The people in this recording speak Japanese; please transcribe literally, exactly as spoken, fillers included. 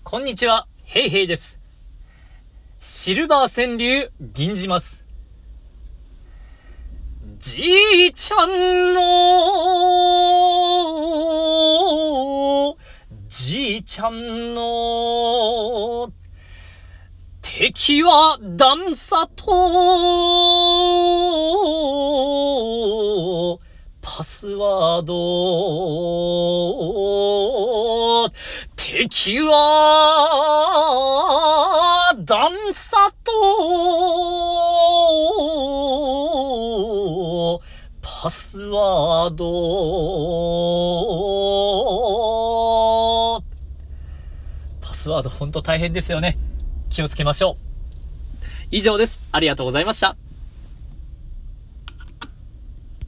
こんにちは、ヘイヘイです。シルバー川柳、吟じます。じいちゃんの、じいちゃんの、敵は段差と、パスワード、敵は段差とパスワード。パスワードほんと大変ですよね。気をつけましょう。以上です。ありがとうございました。